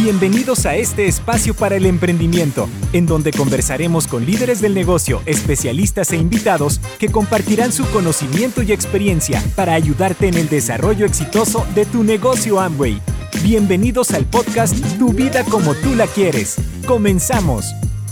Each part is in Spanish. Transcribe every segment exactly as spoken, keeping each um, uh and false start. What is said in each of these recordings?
Bienvenidos a este espacio para el emprendimiento, en donde conversaremos con líderes del negocio, especialistas e invitados que compartirán su conocimiento y experiencia para ayudarte en el desarrollo exitoso de tu negocio Amway. Bienvenidos al podcast Tu Vida Como Tú La Quieres. ¡Comenzamos!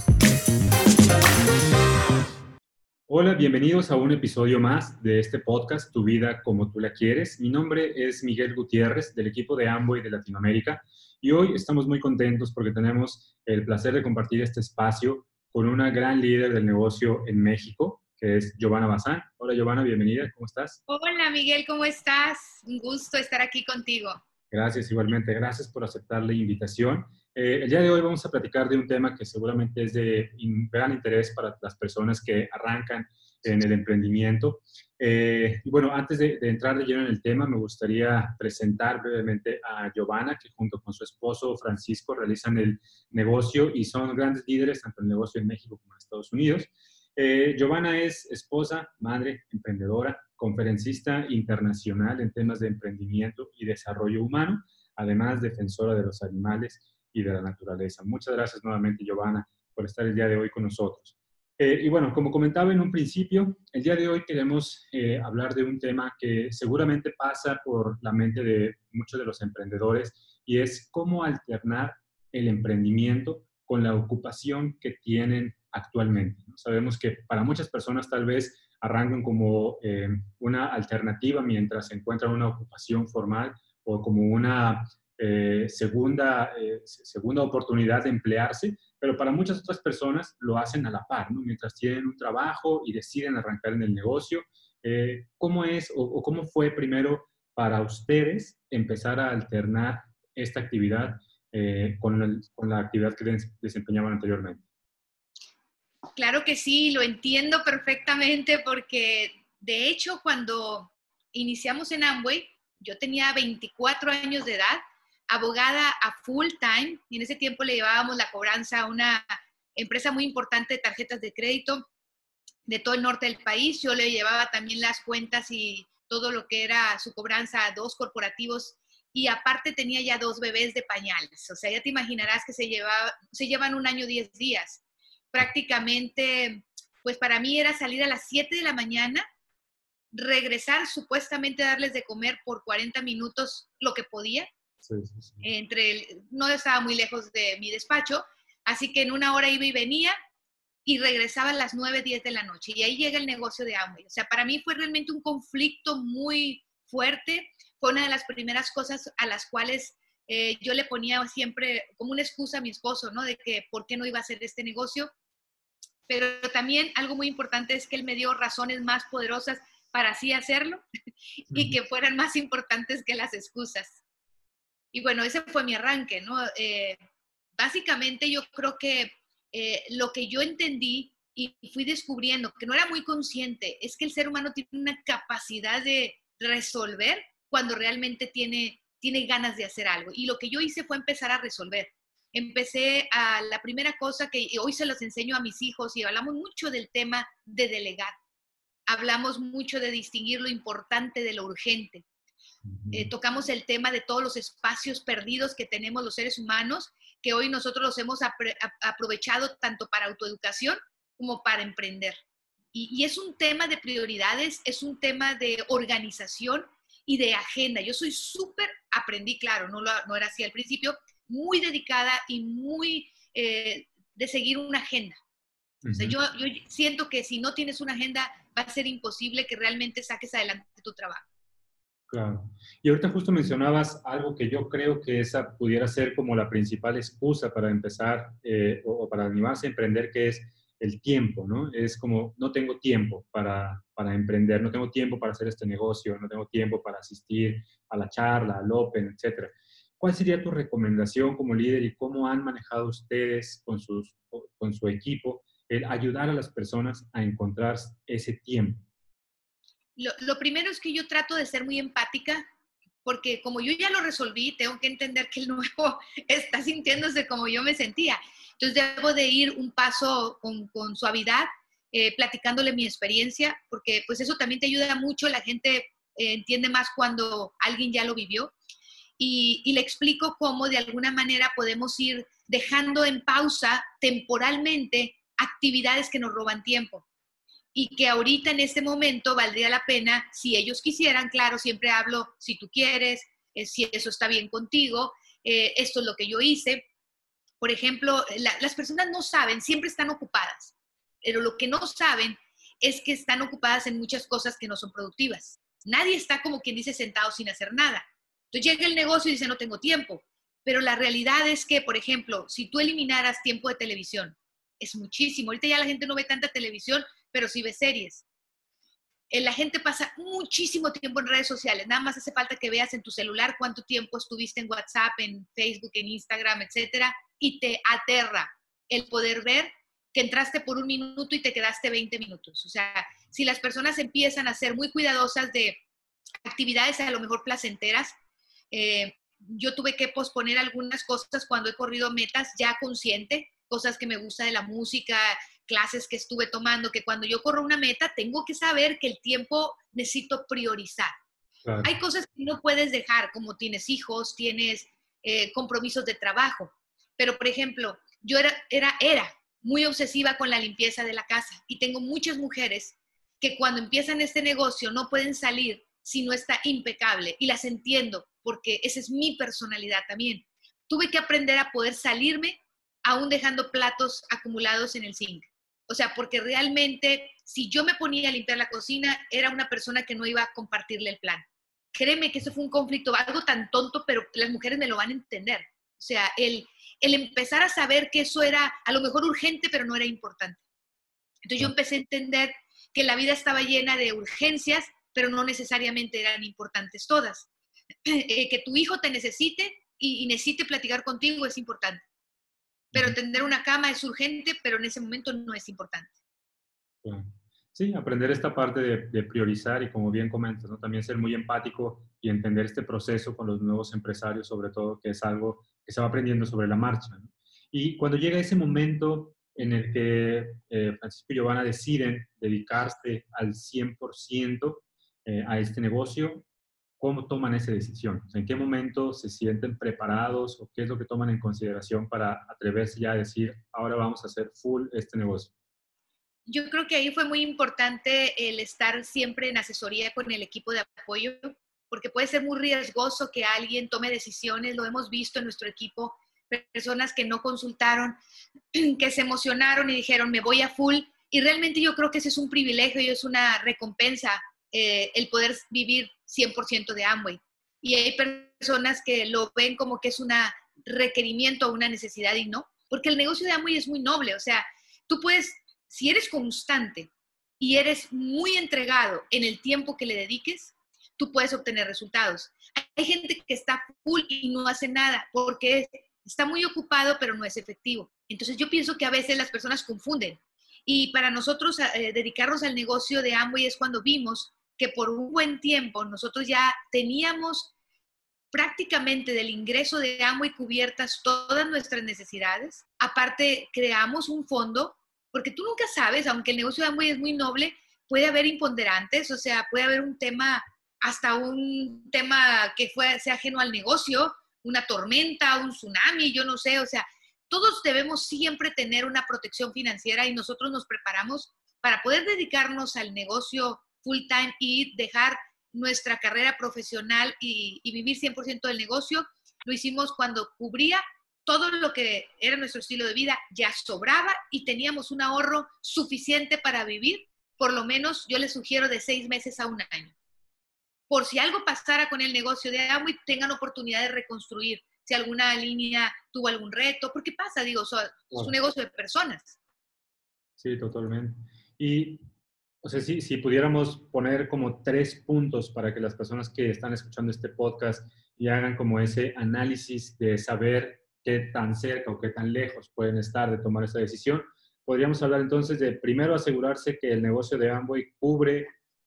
Hola, bienvenidos a un episodio más de este podcast Tu Vida Como Tú La Quieres. Mi nombre es Miguel Gutiérrez, del equipo de Amway de Latinoamérica, y hoy estamos muy contentos porque tenemos el placer de compartir este espacio con una gran líder del negocio en México, que es Giovanna Bazán. Hola, Giovanna, bienvenida. ¿Cómo estás? Hola, Miguel, ¿cómo estás? Un gusto estar aquí contigo. Gracias, igualmente. Gracias por aceptar la invitación. Eh, el día de hoy vamos a platicar de un tema que seguramente es de in- gran interés para las personas que arrancan en el emprendimiento. Eh, y bueno, antes de, de entrar de lleno en el tema, me gustaría presentar brevemente a Giovanna, que junto con su esposo Francisco realizan el negocio y son grandes líderes tanto en el negocio en México como en Estados Unidos. Eh, Giovanna es esposa, madre, emprendedora, conferencista internacional en temas de emprendimiento y desarrollo humano, además defensora de los animales y de la naturaleza. Muchas gracias nuevamente, Giovanna, por estar el día de hoy con nosotros. Eh, y bueno, como comentaba en un principio, el día de hoy queremos eh, hablar de un tema que seguramente pasa por la mente de muchos de los emprendedores y es cómo alternar el emprendimiento con la ocupación que tienen actualmente, ¿no? Sabemos que para muchas personas tal vez arrancan como eh, una alternativa mientras se encuentran una ocupación formal o como una eh, segunda, eh, segunda oportunidad de emplearse, pero para muchas otras personas lo hacen a la par, ¿no? Mientras tienen un trabajo y deciden arrancar en el negocio. Eh, ¿Cómo es o, o cómo fue primero para ustedes empezar a alternar esta actividad eh, con, el, con la actividad que des, desempeñaban anteriormente? Claro que sí, lo entiendo perfectamente porque, de hecho, cuando iniciamos en Amway, yo tenía veinticuatro años de edad, abogada a full time, y en ese tiempo le llevábamos la cobranza a una empresa muy importante de tarjetas de crédito de todo el norte del país. Yo le llevaba también las cuentas y todo lo que era su cobranza a dos corporativos y aparte tenía ya dos bebés de pañales. O sea, ya te imaginarás que se, llevaba, se llevan un año, diez días. Prácticamente, pues para mí era salir a las siete de la mañana, regresar supuestamente a darles de comer por cuarenta minutos lo que podía. Sí, sí, sí. Entre el, no estaba muy lejos de mi despacho, así que en una hora iba y venía y regresaba a las nueve, diez de la noche. Y ahí llega el negocio de Amway. O sea, para mí fue realmente un conflicto muy fuerte. Fue una de las primeras cosas a las cuales eh, yo le ponía siempre como una excusa a mi esposo, ¿no? De que por qué no iba a hacer este negocio. Pero también algo muy importante es que él me dio razones más poderosas para así hacerlo y que fueran más importantes que las excusas. Y bueno, ese fue mi arranque, ¿no? Eh, básicamente yo creo que eh, lo que yo entendí y fui descubriendo, que no era muy consciente, es que el ser humano tiene una capacidad de resolver cuando realmente tiene, tiene ganas de hacer algo. Y lo que yo hice fue empezar a resolver. Empecé a la primera cosa que hoy se los enseño a mis hijos y hablamos mucho del tema de delegar. Hablamos mucho de distinguir lo importante de lo urgente. Eh, tocamos el tema de todos los espacios perdidos que tenemos los seres humanos, que hoy nosotros los hemos apre- aprovechado tanto para autoeducación como para emprender. Y, y es un tema de prioridades, es un tema de organización y de agenda. Yo soy súper, aprendí, claro, no, lo, no era así al principio, muy dedicada y muy eh, de seguir una agenda. O sea, yo, yo siento que si no tienes una agenda va a ser imposible que realmente saques adelante tu trabajo. Claro. Y ahorita justo mencionabas algo que yo creo que esa pudiera ser como la principal excusa para empezar eh, o, o para animarse a emprender, que es el tiempo, ¿no? Es como, no tengo tiempo para, para emprender, no tengo tiempo para hacer este negocio, no tengo tiempo para asistir a la charla, al Open, etcétera. ¿Cuál sería tu recomendación como líder y cómo han manejado ustedes con, sus, con su equipo el ayudar a las personas a encontrar ese tiempo? Lo, lo primero es que yo trato de ser muy empática, porque como yo ya lo resolví, tengo que entender que el nuevo está sintiéndose como yo me sentía. Entonces debo de ir un paso con, con suavidad, eh, platicándole mi experiencia, porque pues eso también te ayuda mucho, la gente eh, entiende más cuando alguien ya lo vivió. y, y le explico cómo de alguna manera podemos ir dejando en pausa temporalmente actividades que nos roban tiempo y que ahorita en este momento valdría la pena, si ellos quisieran, claro, siempre hablo si tú quieres, eh, si eso está bien contigo, eh, esto es lo que yo hice. Por ejemplo, la, las personas no saben, siempre están ocupadas, pero lo que no saben es que están ocupadas en muchas cosas que no son productivas. Nadie está, como quien dice, sentado sin hacer nada. Entonces llega el negocio y dice, no tengo tiempo. Pero la realidad es que, por ejemplo, si tú eliminaras tiempo de televisión, es muchísimo. Ahorita ya la gente no ve tanta televisión, pero sí ve series. Eh, la gente pasa muchísimo tiempo en redes sociales. Nada más hace falta que veas en tu celular cuánto tiempo estuviste en WhatsApp, en Facebook, en Instagram, etcétera, y te aterra el poder ver que entraste por un minuto y te quedaste veinte minutos. O sea, si las personas empiezan a ser muy cuidadosas de actividades a lo mejor placenteras, eh, yo tuve que posponer algunas cosas cuando he corrido metas ya consciente, cosas que me gusta de la música, clases que estuve tomando, que cuando yo corro una meta tengo que saber que el tiempo necesito priorizar. Claro. Hay cosas que no puedes dejar, como tienes hijos, tienes eh, compromisos de trabajo, pero por ejemplo, yo era, era, era muy obsesiva con la limpieza de la casa y tengo muchas mujeres que cuando empiezan este negocio no pueden salir si no está impecable y las entiendo porque esa es mi personalidad también. Tuve que aprender a poder salirme aún dejando platos acumulados en el zinc. O sea, porque realmente si yo me ponía a limpiar la cocina, era una persona que no iba a compartirle el plan. Créeme que eso fue un conflicto, algo tan tonto, pero las mujeres me lo van a entender. O sea, el, el empezar a saber que eso era a lo mejor urgente, pero no era importante. Entonces yo empecé a entender que la vida estaba llena de urgencias, pero no necesariamente eran importantes todas. Eh, que tu hijo te necesite y, y necesite platicar contigo es importante. Pero tener una cama es urgente, pero en ese momento no es importante. Sí, aprender esta parte de, de priorizar y como bien comentas, ¿no? También ser muy empático y entender este proceso con los nuevos empresarios, sobre todo, que es algo que se va aprendiendo sobre la marcha, ¿no? Y cuando llega ese momento en el que eh, Francisco y Giovanna deciden dedicarse al cien por ciento eh, a este negocio, ¿cómo toman esa decisión? O sea, ¿en qué momento se sienten preparados o qué es lo que toman en consideración para atreverse ya a decir, ahora vamos a hacer full este negocio? Yo creo que ahí fue muy importante el estar siempre en asesoría con el equipo de apoyo, porque puede ser muy riesgoso que alguien tome decisiones, lo hemos visto en nuestro equipo, personas que no consultaron, que se emocionaron y dijeron, me voy a full, y realmente yo creo que ese es un privilegio y es una recompensa, eh, el poder vivir cien por ciento de Amway. Y hay personas que lo ven como que es un requerimiento o una necesidad y no, porque el negocio de Amway es muy noble, o sea, tú puedes, si eres constante y eres muy entregado en el tiempo que le dediques, tú puedes obtener resultados. Hay gente que está full y no hace nada porque está muy ocupado, pero no es efectivo. Entonces yo pienso que a veces las personas confunden. Y para nosotros eh, dedicarnos al negocio de Amway es cuando vimos que por un buen tiempo nosotros ya teníamos prácticamente del ingreso de Amway cubiertas todas nuestras necesidades. Aparte, creamos un fondo, porque tú nunca sabes, aunque el negocio de Amway es muy noble, puede haber imponderantes, o sea, puede haber un tema, hasta un tema que fue, sea ajeno al negocio, una tormenta, un tsunami, yo no sé, o sea, todos debemos siempre tener una protección financiera y nosotros nos preparamos para poder dedicarnos al negocio full time y dejar nuestra carrera profesional y, y vivir cien por ciento del negocio. Lo hicimos cuando cubría todo lo que era nuestro estilo de vida, ya sobraba y teníamos un ahorro suficiente para vivir, por lo menos yo les sugiero de seis meses a un año. Por si algo pasara con el negocio de Amway, tengan oportunidad de reconstruir, si alguna línea tuvo algún reto, porque pasa, digo, so, es un negocio de personas. Sí, totalmente. Y, o sea, si, si pudiéramos poner como tres puntos para que las personas que están escuchando este podcast y hagan como ese análisis de saber qué tan cerca o qué tan lejos pueden estar de tomar esa decisión, podríamos hablar entonces de primero asegurarse que el negocio de Amway cubre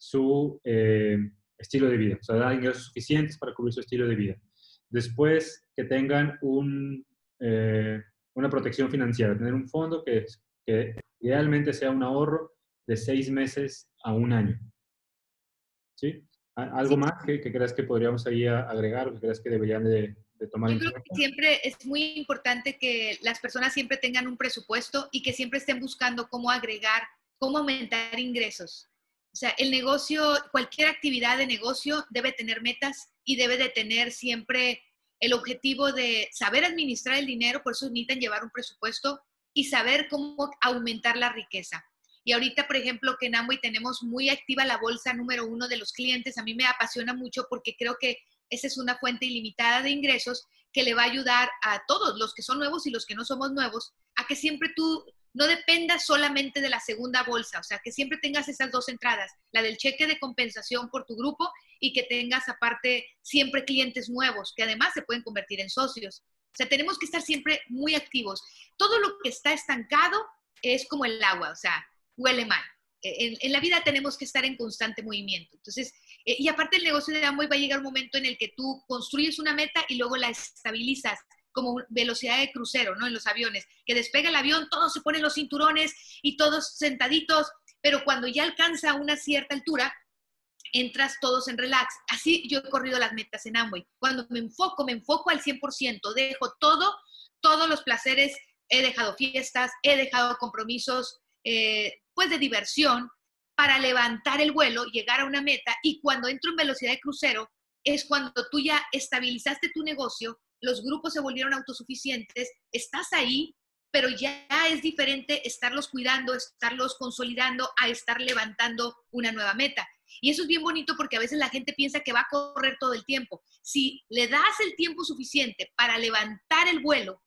su eh, estilo de vida, o sea, da ingresos suficientes para cubrir su estilo de vida. Después, que tengan un, eh, una protección financiera, tener un fondo que, que idealmente sea un ahorro de seis meses a un año. ¿Sí? ¿Algo más que, que creas que podríamos ahí agregar o que creas que deberían de, de tomar Yo en creo que cuenta? siempre es muy importante que las personas siempre tengan un presupuesto y que siempre estén buscando cómo agregar, cómo aumentar ingresos. O sea, el negocio, cualquier actividad de negocio debe tener metas y debe de tener siempre el objetivo de saber administrar el dinero, por eso necesitan llevar un presupuesto y saber cómo aumentar la riqueza. Y ahorita, por ejemplo, que en Amway tenemos muy activa la bolsa número uno de los clientes, a mí me apasiona mucho porque creo que esa es una fuente ilimitada de ingresos que le va a ayudar a todos, los que son nuevos y los que no somos nuevos, a que siempre tú no dependas solamente de la segunda bolsa, o sea, que siempre tengas esas dos entradas, la del cheque de compensación por tu grupo y que tengas aparte siempre clientes nuevos, que además se pueden convertir en socios. O sea, tenemos que estar siempre muy activos. Todo lo que está estancado es como el agua, o sea, huele mal. En, en la vida tenemos que estar en constante movimiento. Entonces, eh, y aparte el negocio de Amway va a llegar un momento en el que tú construyes una meta y luego la estabilizas como velocidad de crucero, ¿no? En los aviones, que despega el avión, todos se ponen los cinturones y todos sentaditos, pero cuando ya alcanza una cierta altura, entras todos en relax. Así yo he corrido las metas en Amway. Cuando me enfoco, me enfoco al cien por ciento, dejo todo, todos los placeres, he dejado fiestas, he dejado compromisos, eh, pues de diversión, para levantar el vuelo, llegar a una meta, y cuando entro en velocidad de crucero, es cuando tú ya estabilizaste tu negocio, los grupos se volvieron autosuficientes, estás ahí, pero ya es diferente estarlos cuidando, estarlos consolidando, a estar levantando una nueva meta. Y eso es bien bonito porque a veces la gente piensa que va a correr todo el tiempo. Si le das el tiempo suficiente para levantar el vuelo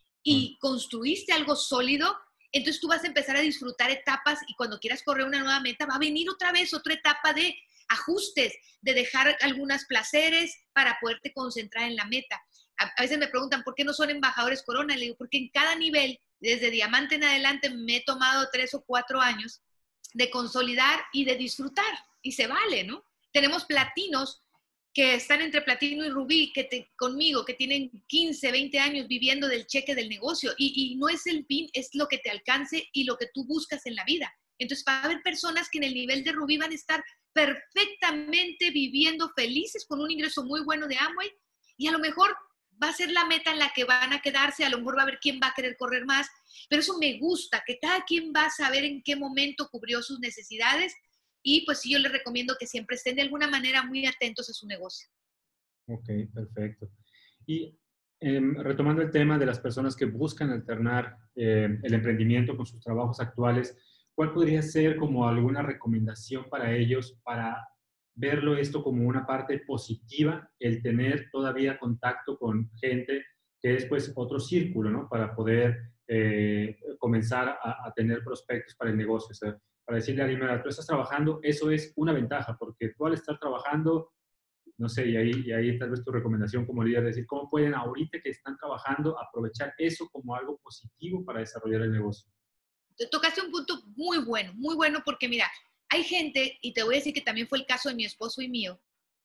y construiste algo sólido, entonces tú vas a empezar a disfrutar etapas y cuando quieras correr una nueva meta va a venir otra vez otra etapa de ajustes, de dejar algunos placeres para poderte concentrar en la meta. A, a veces me preguntan, ¿por qué no son embajadores Corona? Le digo, porque en cada nivel, desde diamante en adelante, me he tomado tres o cuatro años de consolidar y de disfrutar. Y se vale, ¿no? Tenemos platinos que están entre platino y rubí, que te, conmigo, que tienen quince, veinte años viviendo del cheque del negocio, y, y no es el fin, es lo que te alcance y lo que tú buscas en la vida. Entonces va a haber personas que en el nivel de rubí van a estar perfectamente viviendo felices con un ingreso muy bueno de Amway, y a lo mejor va a ser la meta en la que van a quedarse, a lo mejor va a haber quién va a querer correr más, pero eso me gusta, que cada quien va a saber en qué momento cubrió sus necesidades. Y pues sí, yo les recomiendo que siempre estén de alguna manera muy atentos a su negocio. Ok, perfecto. Y eh, retomando el tema de las personas que buscan alternar eh, el emprendimiento con sus trabajos actuales, ¿cuál podría ser como alguna recomendación para ellos para verlo esto como una parte positiva, el tener todavía contacto con gente que es pues otro círculo, ¿no? Para poder eh, comenzar a, a tener prospectos para el negocio. O sea, para decirle a alguien, mira, tú estás trabajando, eso es una ventaja, porque tú al estar trabajando, no sé, y ahí, y ahí tal vez tu recomendación como líder, decir, ¿cómo pueden ahorita que están trabajando aprovechar eso como algo positivo para desarrollar el negocio? Tocaste un punto muy bueno, muy bueno, porque mira, hay gente, y te voy a decir que también fue el caso de mi esposo y mío,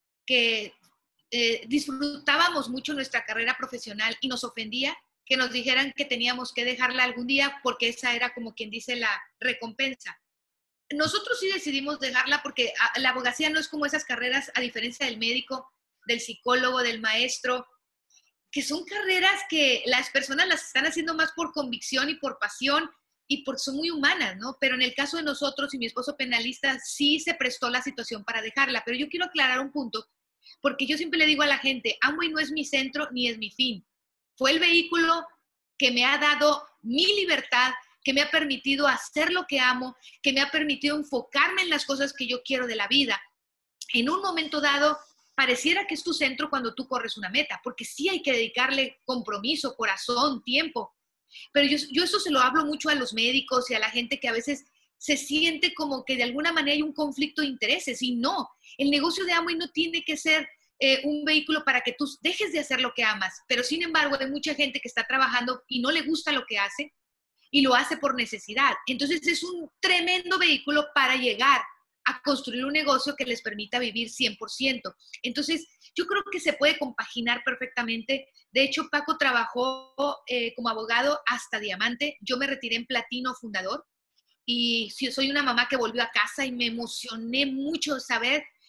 que eh, disfrutábamos mucho nuestra carrera profesional y nos ofendía que nos dijeran que teníamos que dejarla algún día porque esa era como quien dice la recompensa. Nosotros sí decidimos dejarla porque la abogacía no es como esas carreras, a diferencia del médico, del psicólogo, del maestro, que son carreras que las personas las están haciendo más por convicción y por pasión y porque son muy humanas, ¿no? Pero en el caso de nosotros y mi esposo penalista, sí se prestó la situación para dejarla. Pero yo quiero aclarar un punto, porque yo siempre le digo a la gente, Amway no es mi centro ni es mi fin. Fue el vehículo que me ha dado mi libertad, que me ha permitido hacer lo que amo, que me ha permitido enfocarme en las cosas que yo quiero de la vida. En un momento dado, pareciera que es tu centro cuando tú corres una meta, porque sí hay que dedicarle compromiso, corazón, tiempo. Pero yo, yo eso se lo hablo mucho a los médicos y a la gente que a veces se siente como que de alguna manera hay un conflicto de intereses, y no. El negocio de Amway no tiene que ser eh, un vehículo para que tú dejes de hacer lo que amas, pero sin embargo hay mucha gente que está trabajando y no le gusta lo que hace, y lo hace por necesidad. Entonces es un tremendo vehículo para llegar a construir un negocio que les permita vivir cien por ciento. Entonces yo creo que se puede compaginar perfectamente. De hecho, Paco trabajó eh, como abogado hasta diamante. Yo me retiré en platino fundador y soy una mamá que volvió a casa y me emocioné mucho saber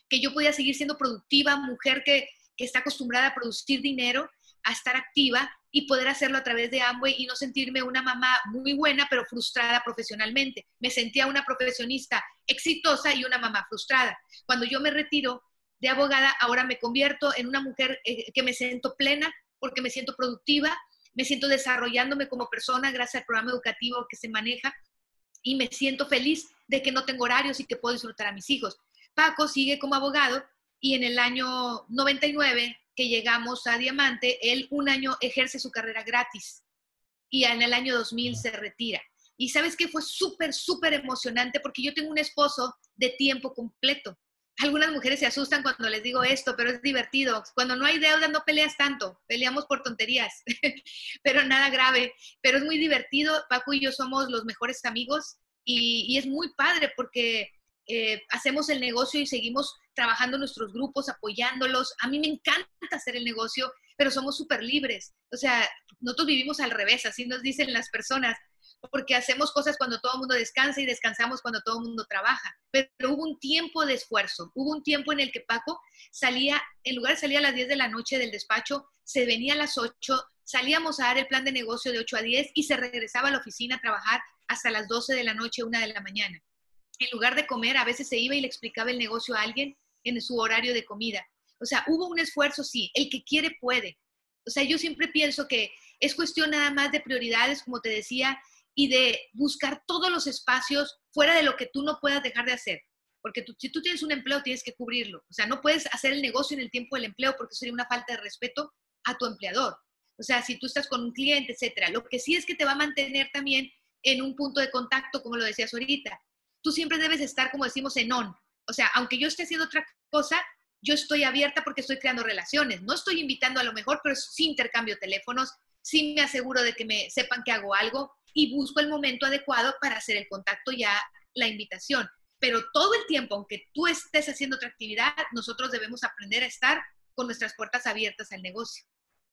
que yo podía seguir siendo productiva, mujer que, que está acostumbrada a producir dinero, a estar activa y poder hacerlo a través de Amway y no sentirme una mamá muy buena, pero frustrada profesionalmente. Me sentía una profesionista exitosa y una mamá frustrada. Cuando yo me retiro de abogada, ahora me convierto en una mujer eh, que me siento plena porque me siento productiva, me siento desarrollándome como persona gracias al programa educativo que se maneja y me siento feliz de que no tengo horarios y que puedo disfrutar a mis hijos. Paco sigue como abogado y en el año noventa y nueve que llegamos a Diamante, él un año ejerce su carrera gratis y en el año dos mil se retira. Y ¿sabes qué? Fue súper, súper emocionante porque yo tengo un esposo de tiempo completo. Algunas mujeres se asustan cuando les digo esto, pero es divertido. Cuando no hay deuda no peleas tanto, peleamos por tonterías, pero nada grave. Pero es muy divertido, Paco y yo somos los mejores amigos y, y es muy padre porque eh, hacemos el negocio y seguimos trabajando en nuestros grupos, apoyándolos. A mí me encanta hacer el negocio, pero somos súper libres. O sea, nosotros vivimos al revés, así nos dicen las personas, porque hacemos cosas cuando todo el mundo descansa y descansamos cuando todo el mundo trabaja. Pero hubo un tiempo de esfuerzo, hubo un tiempo en el que Paco salía, en lugar de salir a las diez de la noche del despacho, se venía a las ocho, salíamos a dar el plan de negocio de ocho a diez y se regresaba a la oficina a trabajar hasta las doce de la noche, una de la mañana. En lugar de comer, a veces se iba y le explicaba el negocio a alguien en su horario de comida. O sea, hubo un esfuerzo, sí, el que quiere puede. O sea, yo siempre pienso que es cuestión nada más de prioridades, como te decía, y de buscar todos los espacios fuera de lo que tú no puedas dejar de hacer. Porque tú, si tú tienes un empleo, tienes que cubrirlo. O sea, no puedes hacer el negocio en el tiempo del empleo porque sería una falta de respeto a tu empleador. O sea, si tú estás con un cliente, etcétera. Lo que sí es que te va a mantener también en un punto de contacto, como lo decías ahorita. Tú siempre debes estar, como decimos, en on. O sea, aunque yo esté haciendo otra cosa, yo estoy abierta porque estoy creando relaciones. No estoy invitando a lo mejor, pero sí intercambio teléfonos, sí me aseguro de que me sepan que hago algo y busco el momento adecuado para hacer el contacto, ya la invitación. Pero todo el tiempo, aunque tú estés haciendo otra actividad, nosotros debemos aprender a estar con nuestras puertas abiertas al negocio.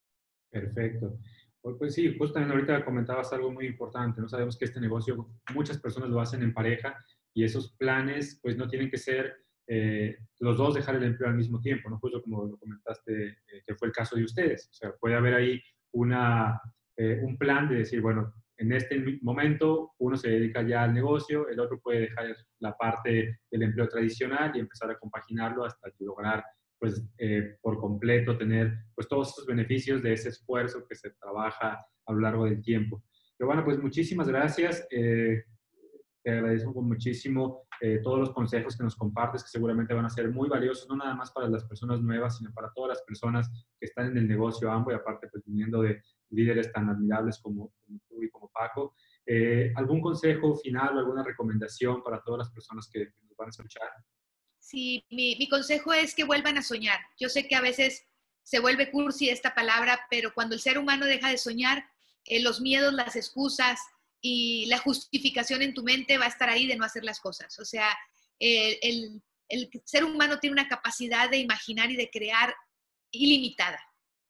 Perfecto. Pues sí, justamente ahorita comentabas algo muy importante, ¿no? Sabemos que este negocio muchas personas lo hacen en pareja y esos planes pues no tienen que ser eh, los dos dejar el empleo al mismo tiempo, ¿no? Justo como lo comentaste, eh, que fue el caso de ustedes. O sea, puede haber ahí una, eh, un plan de decir, bueno, en este momento uno se dedica ya al negocio, el otro puede dejar la parte del empleo tradicional y empezar a compaginarlo hasta lograr pues eh, por completo tener pues todos esos beneficios de ese esfuerzo que se trabaja a lo largo del tiempo. Pero bueno, pues muchísimas gracias. Eh, te agradezco muchísimo eh, todos los consejos que nos compartes, que seguramente van a ser muy valiosos, no nada más para las personas nuevas, sino para todas las personas que están en el negocio Amway, aparte pues viniendo de líderes tan admirables como, como tú y como Paco. Eh, ¿Algún consejo final o alguna recomendación para todas las personas que, que nos van a escuchar? Sí, mi, mi consejo es que vuelvan a soñar. Yo sé que a veces se vuelve cursi esta palabra, pero cuando el ser humano deja de soñar, eh, los miedos, las excusas y la justificación en tu mente va a estar ahí de no hacer las cosas. O sea, eh, el, el ser humano tiene una capacidad de imaginar y de crear ilimitada.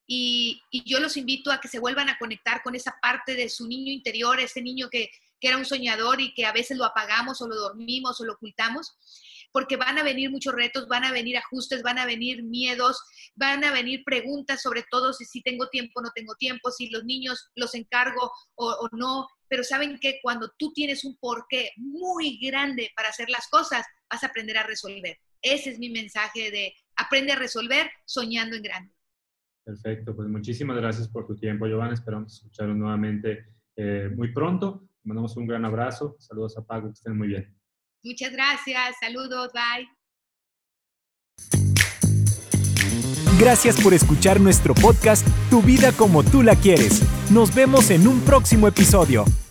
Y, y yo los invito a que se vuelvan a conectar con esa parte de su niño interior, ese niño que, que era un soñador y que a veces lo apagamos o lo dormimos o lo ocultamos, porque van a venir muchos retos, van a venir ajustes, van a venir miedos, van a venir preguntas sobre todo si, si tengo tiempo o no tengo tiempo, si los niños los encargo o, o no, pero saben que cuando tú tienes un porqué muy grande para hacer las cosas, vas a aprender a resolver. Ese es mi mensaje de aprende a resolver soñando en grande. Perfecto, pues muchísimas gracias por tu tiempo, Giovanna. Esperamos escucharos nuevamente eh, muy pronto. Te mandamos un gran abrazo. Saludos a Paco, que estén muy bien. Muchas gracias. Saludos. Bye. Gracias por escuchar nuestro podcast Tu vida como tú la quieres. Nos vemos en un próximo episodio.